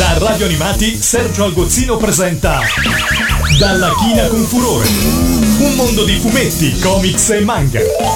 Da Radio Animati, Sergio Algozzino presenta Dalla china con furore. Un mondo di fumetti, comics e manga.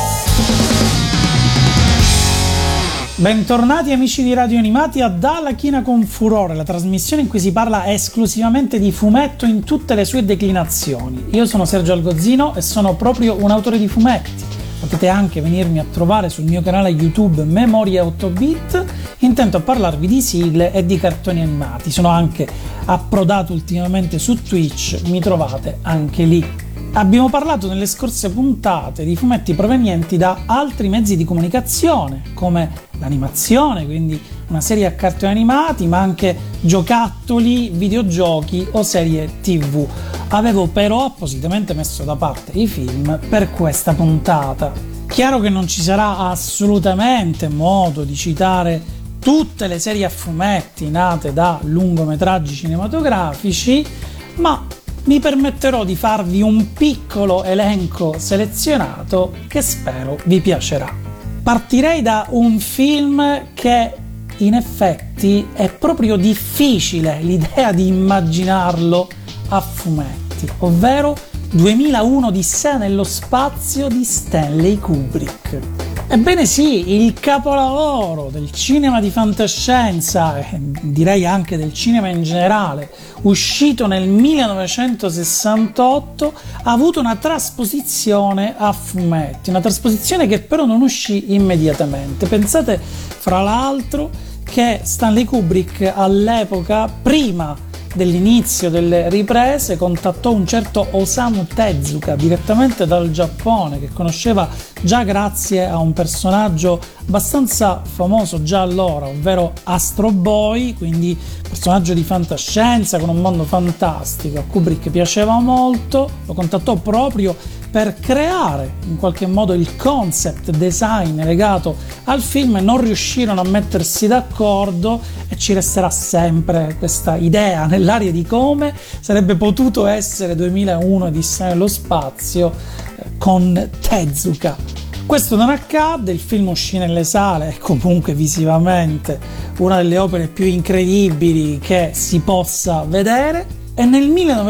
Bentornati amici di Radio Animati a Dalla china con furore, la trasmissione in cui si parla esclusivamente di fumetto in tutte le sue declinazioni. Io sono Sergio Algozzino e sono proprio un autore di fumetti. Potete anche venirmi a trovare sul mio canale YouTube Memorie 8-bit, intento a parlarvi di sigle e di cartoni animati. Sono anche approdato ultimamente su Twitch, mi trovate anche lì. Abbiamo parlato nelle scorse puntate di fumetti provenienti da altri mezzi di comunicazione, come l'animazione, quindi una serie a cartoni animati, ma anche giocattoli, videogiochi o serie TV. Avevo però appositamente messo da parte i film per questa puntata. Chiaro che non ci sarà assolutamente modo di citare tutte le serie a fumetti nate da lungometraggi cinematografici, ma mi permetterò di farvi un piccolo elenco selezionato che spero vi piacerà. Partirei da un film che in effetti è proprio difficile l'idea di immaginarlo a fumetti, ovvero 2001 Odissea nello spazio di Stanley Kubrick. Ebbene sì, il capolavoro del cinema di fantascienza, e direi anche del cinema in generale, uscito nel 1968, ha avuto una trasposizione a fumetti, una trasposizione che però non uscì immediatamente. Pensate, fra l'altro, che Stanley Kubrick all'epoca, prima dell'inizio delle riprese, contattò un certo Osamu Tezuka direttamente dal Giappone, che conosceva già grazie a un personaggio abbastanza famoso già allora, ovvero Astro Boy, quindi personaggio di fantascienza con un mondo fantastico. A Kubrick piaceva molto, lo contattò proprio per creare in qualche modo il concept design legato al film. Non riuscirono a mettersi d'accordo e ci resterà sempre questa idea nell'aria di come sarebbe potuto essere 2001 Odissea nello spazio con Tezuka. Questo non accadde, il film uscì nelle sale e comunque visivamente una delle opere più incredibili che si possa vedere. E nel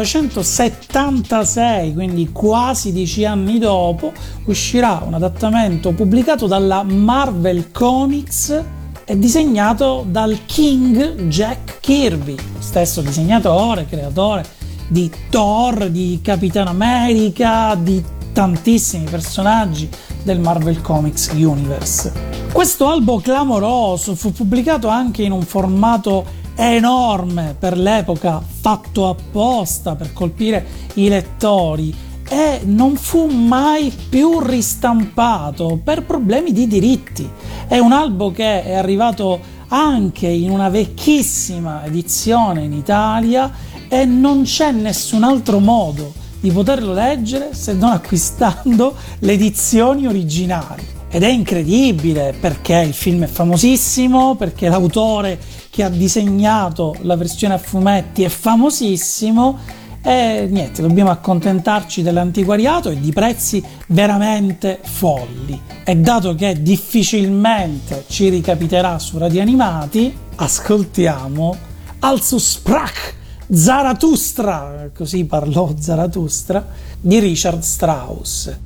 1976, quindi quasi 10 anni dopo, uscirà un adattamento pubblicato dalla Marvel Comics e disegnato dal King Jack Kirby, stesso disegnatore, creatore di Thor, di Capitan America, di tantissimi personaggi del Marvel Comics Universe. Questo albo clamoroso fu pubblicato anche in un formato enorme per l'epoca, fatto apposta per colpire i lettori, e non fu mai più ristampato per problemi di diritti. È un albo che è arrivato anche in una vecchissima edizione in Italia e non c'è nessun altro modo di poterlo leggere se non acquistando le edizioni originali. Ed è incredibile perché il film è famosissimo, perché l'autore che ha disegnato la versione a fumetti è famosissimo e niente, dobbiamo accontentarci dell'antiquariato e di prezzi veramente folli. E dato che difficilmente ci ricapiterà su Radio Animati, ascoltiamo Also sprach Zarathustra, così parlò Zarathustra, di Richard Strauss.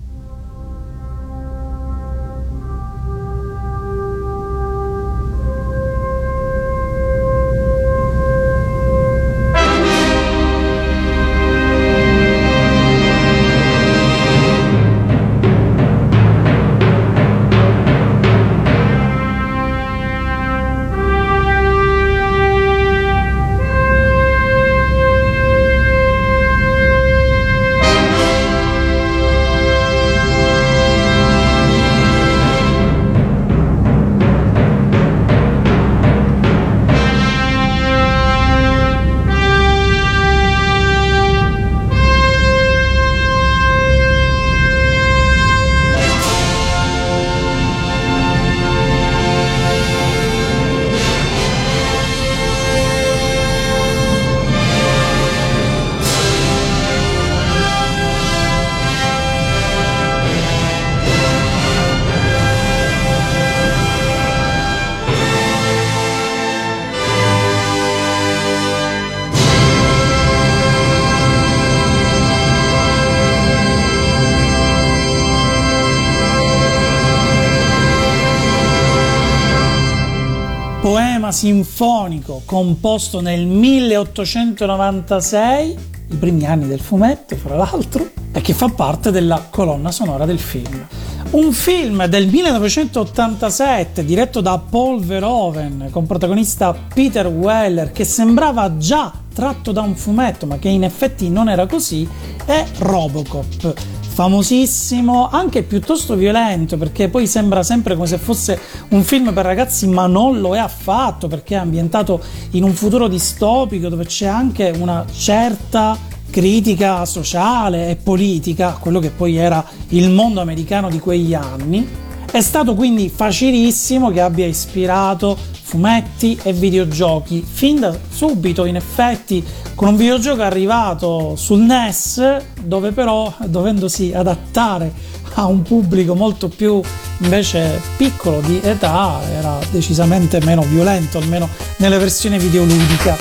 poema sinfonico composto nel 1896, i primi anni del fumetto fra l'altro, e che fa parte della colonna sonora del film. Un film del 1987 diretto da Paul Verhoeven con protagonista Peter Weller, che sembrava già tratto da un fumetto ma che in effetti non era così, è Robocop. Famosissimo, anche piuttosto violento, perché poi sembra sempre come se fosse un film per ragazzi, ma non lo è affatto, perché è ambientato in un futuro distopico dove c'è anche una certa critica sociale e politica a quello che poi era il mondo americano di quegli anni. È stato quindi facilissimo che abbia ispirato fumetti e videogiochi fin da subito, in effetti, con un videogioco arrivato sul NES, dove però, dovendosi adattare a un pubblico molto più invece piccolo di età, era decisamente meno violento, almeno nella versione videoludica.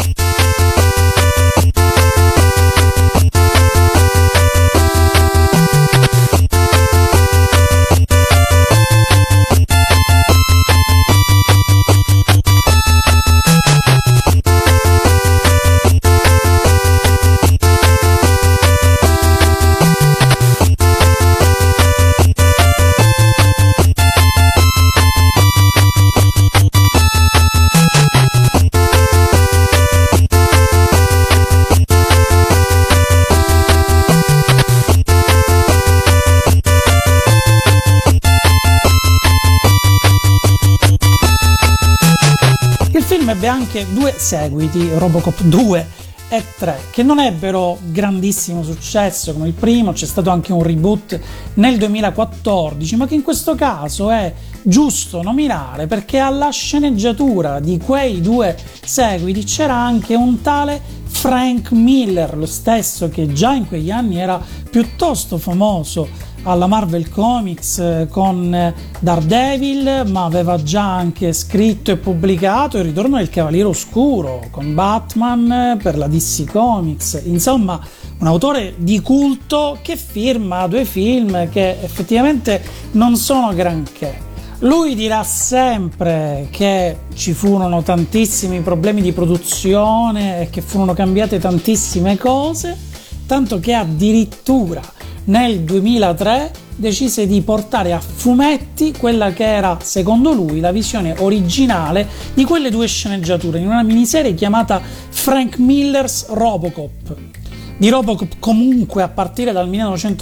Ebbe anche due seguiti, Robocop 2 e 3, che non ebbero grandissimo successo come il primo. C'è stato anche un reboot nel 2014, ma che in questo caso è giusto nominare perché alla sceneggiatura di quei due seguiti c'era anche un tale Frank Miller, lo stesso che già in quegli anni era piuttosto famoso alla Marvel Comics con Daredevil, ma aveva già anche scritto e pubblicato Il ritorno del Cavaliere Oscuro con Batman per la DC Comics. Insomma, un autore di culto che firma due film che effettivamente non sono granché. Lui dirà sempre che ci furono tantissimi problemi di produzione e che furono cambiate tantissime cose, tanto che addirittura nel 2003 decise di portare a fumetti quella che era, secondo lui, la visione originale di quelle due sceneggiature in una miniserie chiamata Frank Miller's Robocop. Di Robocop comunque a partire dal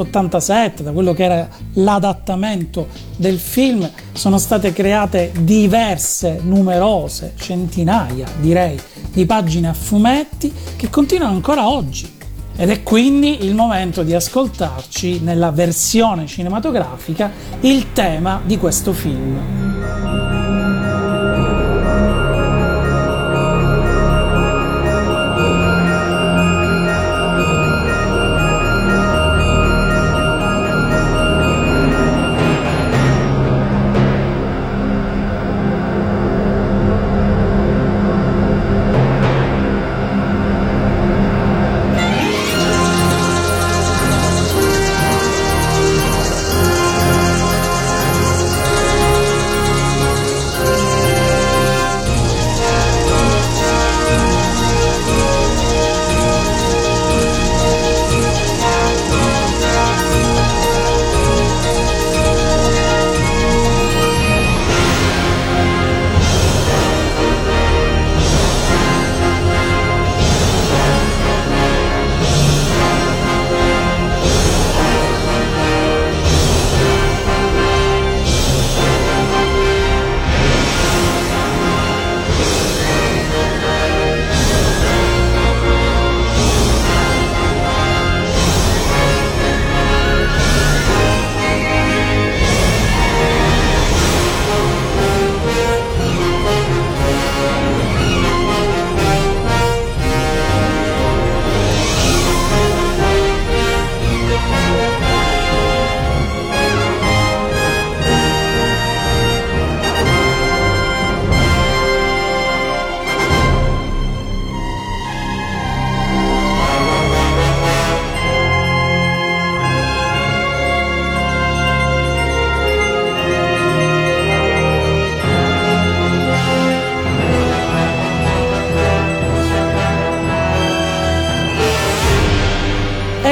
1987, da quello che era l'adattamento del film, sono state create diverse, numerose, centinaia direi, di pagine a fumetti che continuano ancora oggi. Ed è quindi il momento di ascoltarci nella versione cinematografica il tema di questo film.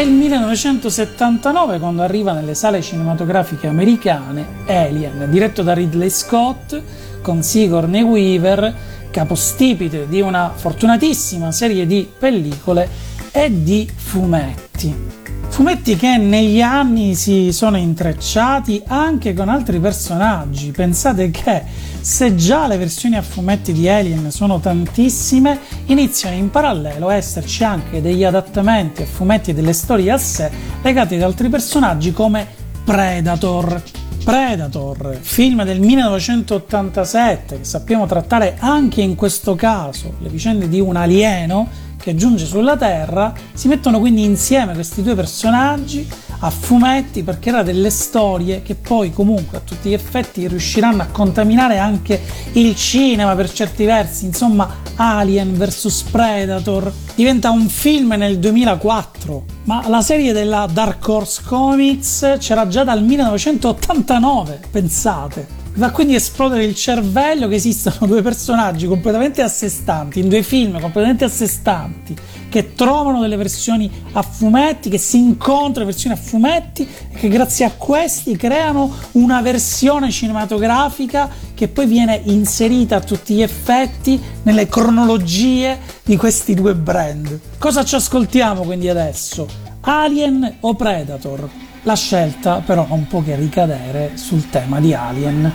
il 1979 quando arriva nelle sale cinematografiche americane Alien, diretto da Ridley Scott con Sigourney Weaver, capostipite di una fortunatissima serie di pellicole e di fumetti. Fumetti che negli anni si sono intrecciati anche con altri personaggi. Pensate che se già le versioni a fumetti di Alien sono tantissime, iniziano in parallelo a esserci anche degli adattamenti a fumetti e delle storie a sé legati ad altri personaggi come Predator. Predator, film del 1987 che sappiamo trattare anche in questo caso le vicende di un alieno che giunge sulla Terra. Si mettono quindi insieme questi due personaggi a fumetti per creare delle storie che poi comunque a tutti gli effetti riusciranno a contaminare anche il cinema per certi versi. Insomma, Alien vs Predator diventa un film nel 2004, ma la serie della Dark Horse Comics c'era già dal 1989, pensate. Va quindi a esplodere il cervello che esistano due personaggi completamente a sé stanti, in due film completamente a sé stanti, che trovano delle versioni a fumetti, che si incontrano versioni a fumetti e che grazie a questi creano una versione cinematografica che poi viene inserita a tutti gli effetti nelle cronologie di questi due brand. Cosa ci ascoltiamo quindi adesso? Alien o Predator? La scelta però non può che ricadere sul tema di Alien.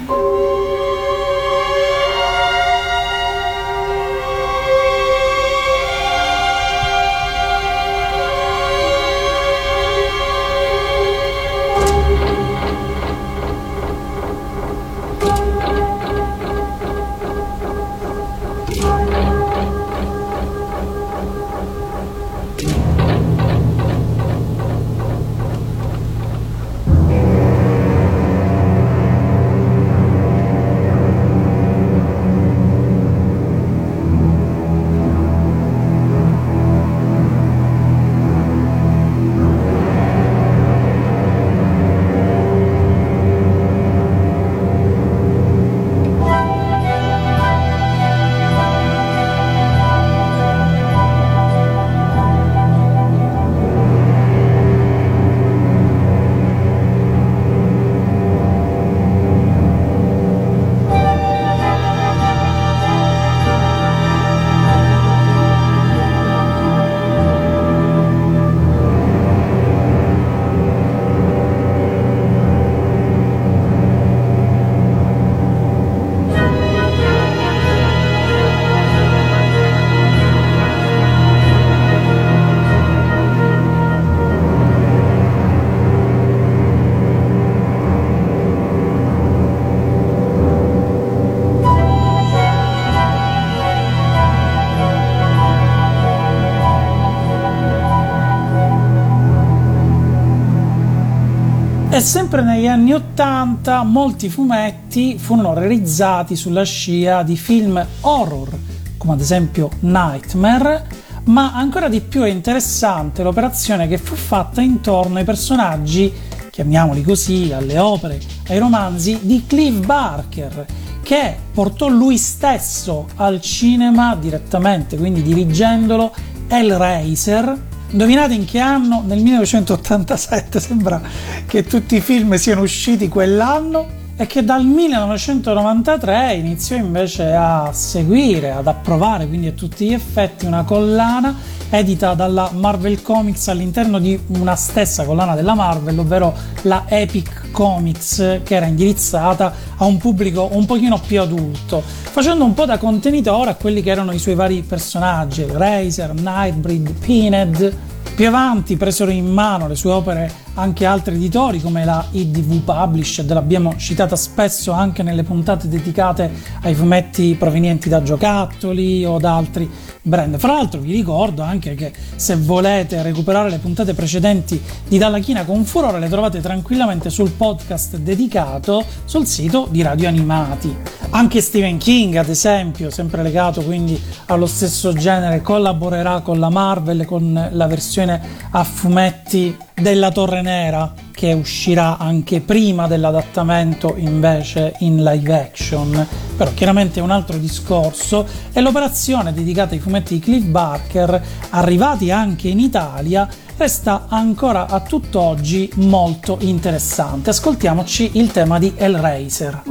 E sempre negli anni '80 molti fumetti furono realizzati sulla scia di film horror, come ad esempio Nightmare, ma ancora di più è interessante l'operazione che fu fatta intorno ai personaggi, chiamiamoli così, alle opere, ai romanzi di Clive Barker, che portò lui stesso al cinema direttamente, quindi dirigendolo, Hellraiser. Indovinate in che anno? Nel 1987, sembra che tutti i film siano usciti quell'anno, e che dal 1993 iniziò invece a seguire, ad approvare quindi a tutti gli effetti una collana edita dalla Marvel Comics all'interno di una stessa collana della Marvel, ovvero la Epic Comics, che era indirizzata a un pubblico un pochino più adulto, facendo un po' da contenitore a quelli che erano i suoi vari personaggi, Razor, Nightbreed, Pinhead. Più avanti presero in mano le sue opere anche altri editori come la IDV Published, l'abbiamo citata spesso anche nelle puntate dedicate ai fumetti provenienti da giocattoli o da altri brand. Fra l'altro vi ricordo anche che se volete recuperare le puntate precedenti di Dalla China con Furore le trovate tranquillamente sul podcast dedicato sul sito di Radio Animati. Anche Stephen King, ad esempio, sempre legato quindi allo stesso genere, collaborerà con la Marvel con la versione a fumetti della Torre Nera, che uscirà anche prima dell'adattamento invece in live action. Però chiaramente è un altro discorso. E l'operazione dedicata ai fumetti di Clive Barker, arrivati anche in Italia, resta ancora a tutt'oggi molto interessante. Ascoltiamoci il tema di Hellraiser.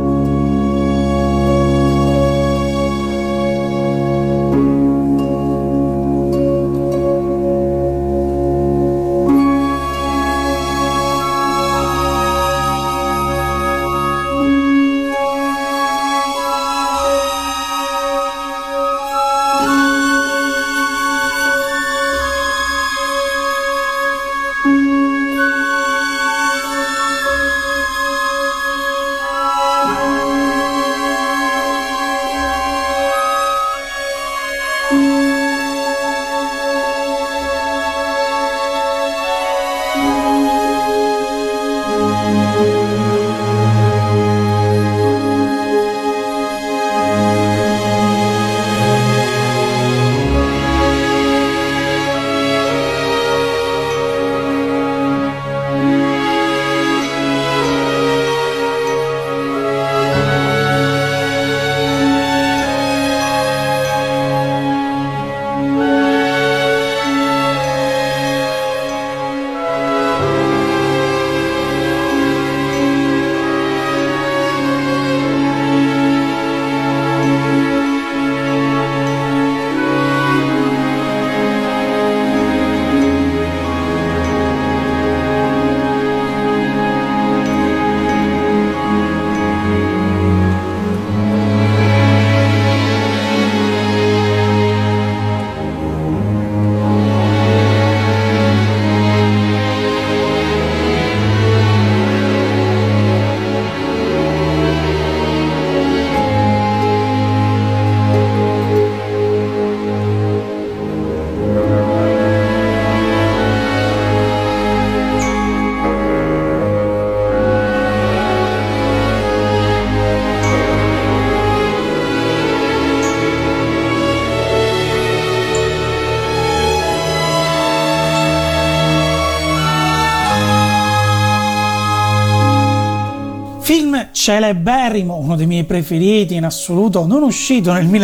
Celeberrimo, uno dei miei preferiti in assoluto, non uscito nel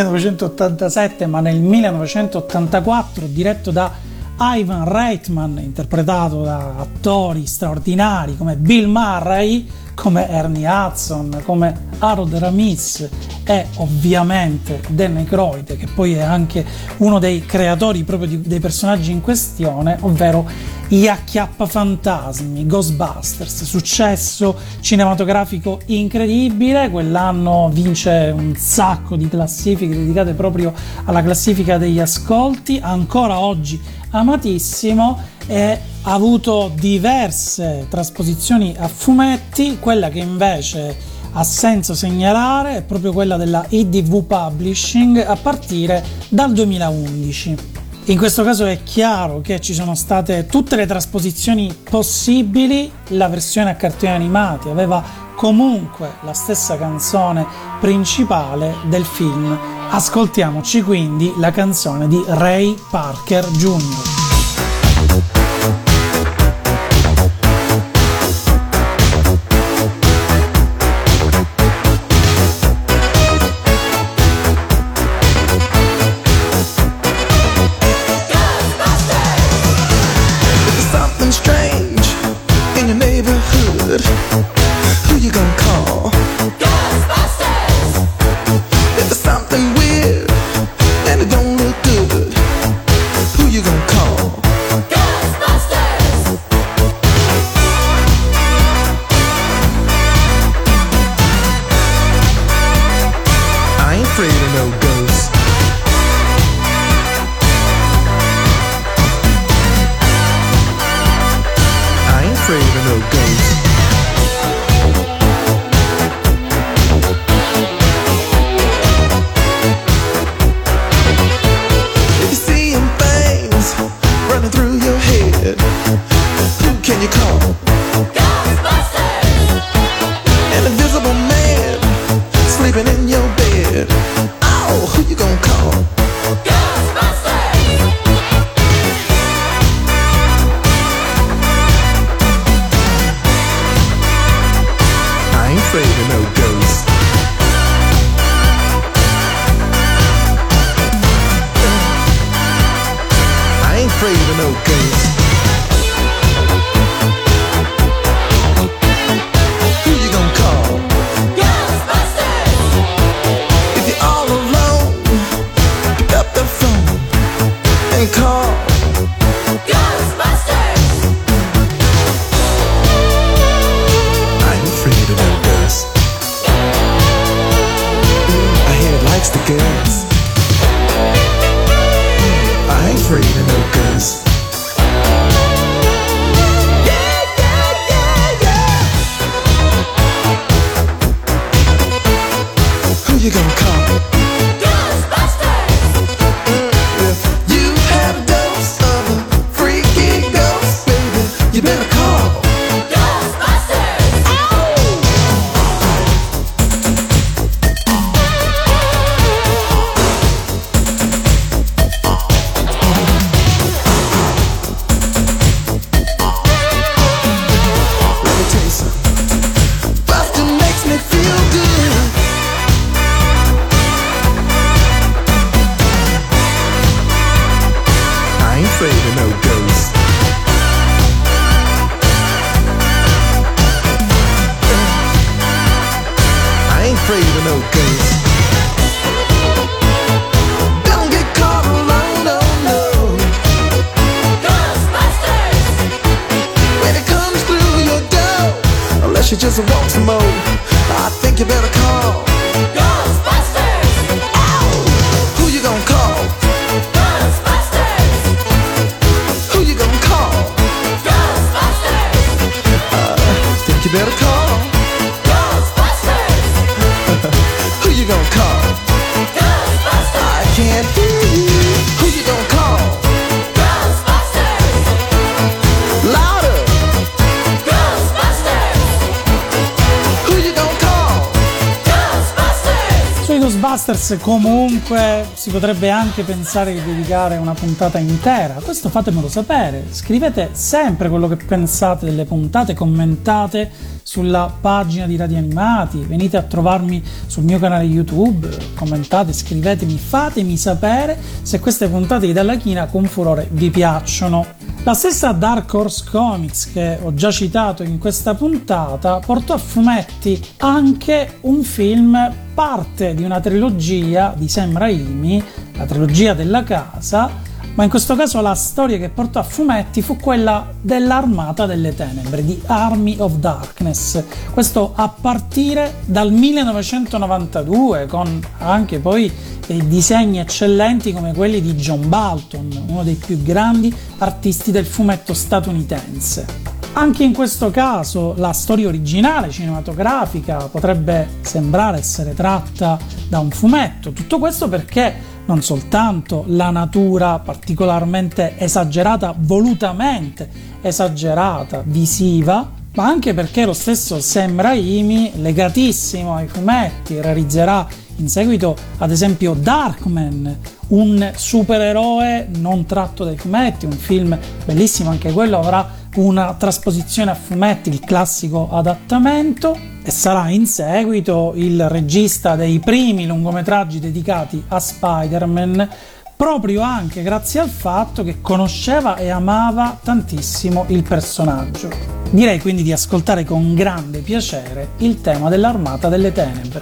1987 ma nel 1984, diretto da Ivan Reitman, interpretato da attori straordinari come Bill Murray, come Ernie Hudson, come Harold Ramis e ovviamente Dan Aykroyd, che poi è anche uno dei creatori proprio dei personaggi in questione, ovvero gli Acchiappafantasmi, Ghostbusters, successo cinematografico incredibile. Quell'anno vince un sacco di classifiche dedicate proprio alla classifica degli ascolti, ancora oggi amatissimo, e ha avuto diverse trasposizioni a fumetti. Quella che invece ha senso segnalare è proprio quella della IDV Publishing a partire dal 2011. In questo caso è chiaro che ci sono state tutte le trasposizioni possibili. La versione a cartoni animati aveva comunque la stessa canzone principale del film. Ascoltiamoci quindi la canzone di Ray Parker Jr. Who you gonna call? Ghostbusters! If there's something weird and it don't look good, who you gonna call? Ghostbusters! I ain't afraid of no ghosts. I ain't afraid of no ghosts. Who can you call? Ghostbusters! An invisible man sleeping in your bed. Oh, who you gonna call? Ghostbusters! I ain't afraid of no ghosts. I ain't afraid of no ghosts. no good. Don't get caught alone, no, no. Ghostbusters! When it comes through your door, unless you just want some more, I think you better call Ghostbusters! Ow! Who you gonna call? Ghostbusters! Who you gonna call? Ghostbusters! Think you better call Ghostbusters! Who you gonna call? Ghostbusters! I can't hear you. Who you gonna call? Ghostbusters! Louder! Ghostbusters! Who you gonna call? Ghostbusters! Sui Ghostbusters comunque si potrebbe anche pensare di dedicare una puntata intera. Questo fatemelo sapere. Scrivete sempre quello che pensate delle puntate, commentate sulla pagina di Radio Animati, venite a trovarmi sul mio canale YouTube, commentate, scrivetemi, fatemi sapere se queste puntate di Dalla China con Furore vi piacciono. La stessa Dark Horse Comics che ho già citato in questa puntata portò a fumetti anche un film parte di una trilogia di Sam Raimi, la trilogia della casa, ma in questo caso la storia che portò a fumetti fu quella dell'Armata delle Tenebre, di Army of Darkness, questo a partire dal 1992, con anche poi dei disegni eccellenti come quelli di John Balton, uno dei più grandi artisti del fumetto statunitense. Anche in questo caso la storia originale cinematografica potrebbe sembrare essere tratta da un fumetto, tutto questo perché non soltanto la natura particolarmente esagerata, volutamente esagerata, visiva, ma anche perché lo stesso Sam Raimi, legatissimo ai fumetti, realizzerà in seguito ad esempio Darkman, un supereroe non tratto dai fumetti, un film bellissimo, anche quello avrà una trasposizione a fumetti, il classico adattamento, e sarà in seguito il regista dei primi lungometraggi dedicati a Spider-Man, proprio anche grazie al fatto che conosceva e amava tantissimo il personaggio. Direi quindi di ascoltare con grande piacere il tema dell'Armata delle Tenebre.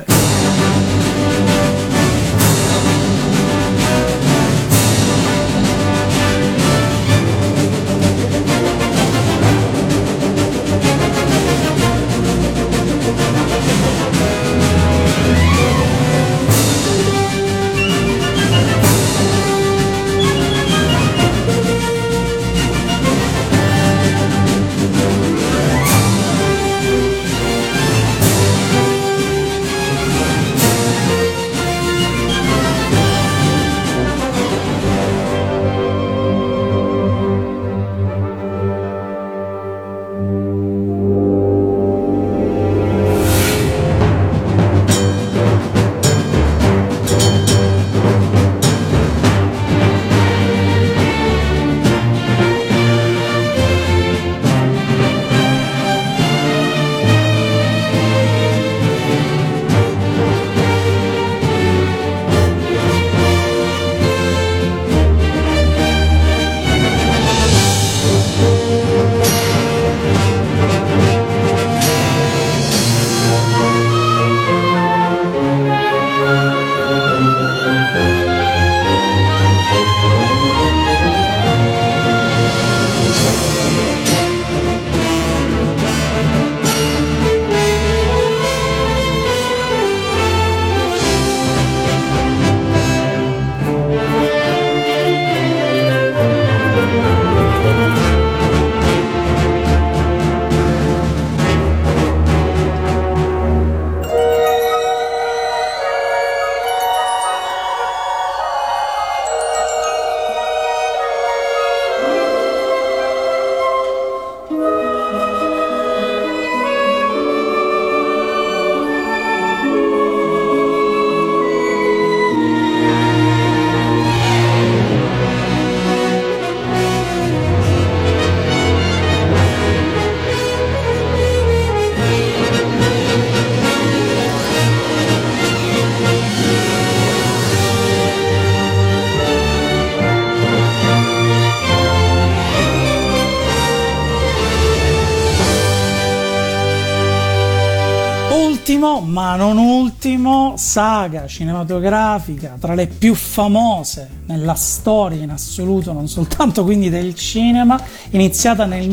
ma non ultimo, saga cinematografica tra le più famose nella storia in assoluto, non soltanto quindi del cinema, iniziata nel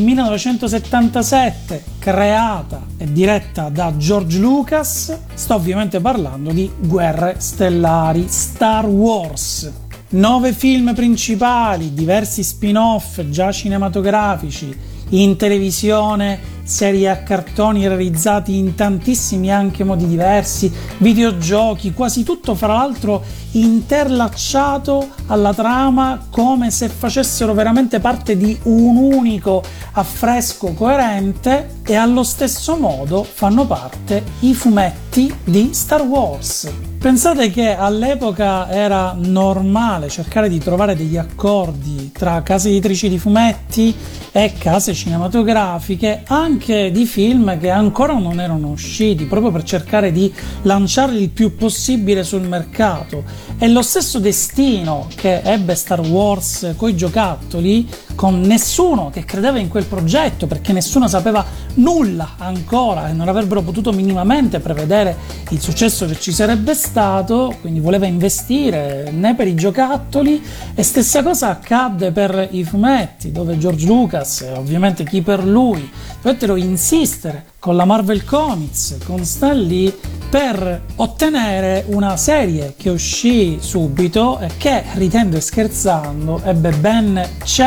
1977, creata e diretta da George Lucas. Sto ovviamente parlando di Guerre Stellari, Star Wars. 9 film principali, diversi spin-off già cinematografici, in televisione, serie a cartoni realizzati in tantissimi anche modi diversi, videogiochi, quasi tutto fra l'altro interlacciato alla trama come se facessero veramente parte di un unico affresco coerente, e allo stesso modo fanno parte i fumetti di Star Wars. Pensate che all'epoca era normale cercare di trovare degli accordi tra case editrici di fumetti e case cinematografiche, anche di film che ancora non erano usciti, proprio per cercare di lanciarli il più possibile sul mercato. E lo stesso destino che ebbe Star Wars coi giocattoli, con nessuno che credeva in quel progetto, perché nessuno sapeva nulla ancora e non avrebbero potuto minimamente prevedere il successo che ci sarebbe stato, quindi voleva investire né per i giocattoli. E stessa cosa accadde per i fumetti, dove George Lucas e ovviamente chi per lui dovettero insistere con la Marvel Comics, con Stan Lee, per ottenere una serie che uscì subito e che, ridendo e scherzando, ebbe ben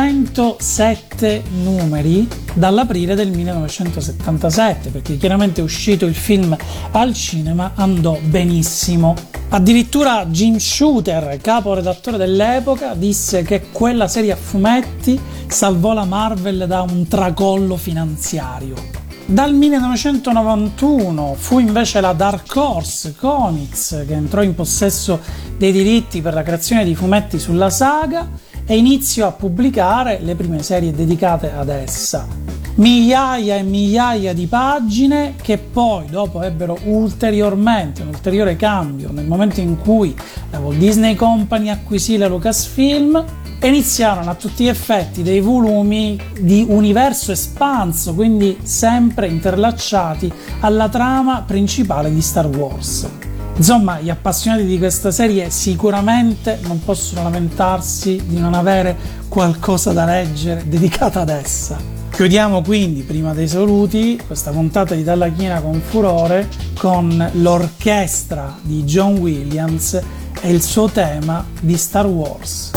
107 numeri dall'aprile del 1977, perché chiaramente uscito il film al cinema andò benissimo. Addirittura Jim Shooter, capo redattore dell'epoca, disse che quella serie a fumetti salvò la Marvel da un tracollo finanziario. Dal 1991 fu invece la Dark Horse Comics che entrò in possesso dei diritti per la creazione di fumetti sulla saga e iniziò a pubblicare le prime serie dedicate ad essa. Migliaia e migliaia di pagine che poi, dopo, ebbero un ulteriore cambio nel momento in cui la Walt Disney Company acquisì la Lucasfilm, e iniziarono a tutti gli effetti dei volumi di universo espanso, quindi sempre interlacciati alla trama principale di Star Wars. Insomma, gli appassionati di questa serie sicuramente non possono lamentarsi di non avere qualcosa da leggere dedicata ad essa. Chiudiamo quindi, prima dei saluti, questa puntata di Dalla China con Furore con l'orchestra di John Williams e il suo tema di Star Wars.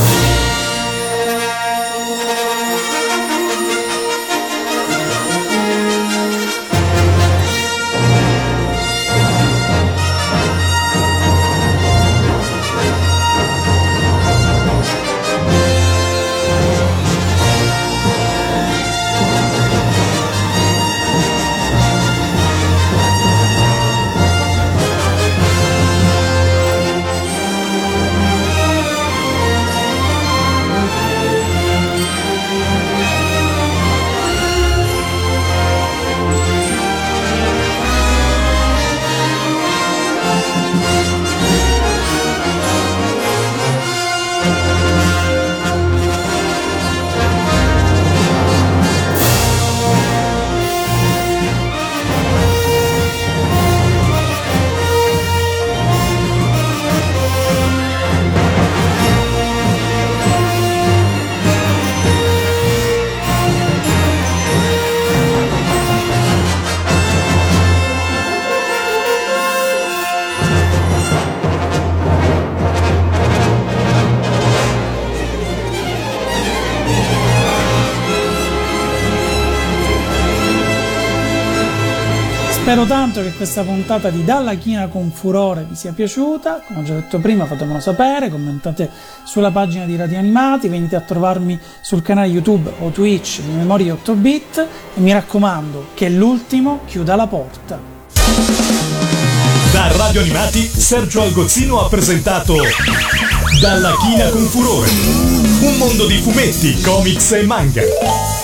Spero tanto che questa puntata di Dalla China con Furore vi sia piaciuta. Come ho già detto prima, fatemelo sapere, commentate sulla pagina di Radio Animati, venite a trovarmi sul canale YouTube o Twitch di Memoria 8 Bit e mi raccomando che l'ultimo chiuda la porta. Da Radio Animati Sergio Algozzino ha presentato Dalla China con Furore, un mondo di fumetti, comics e manga.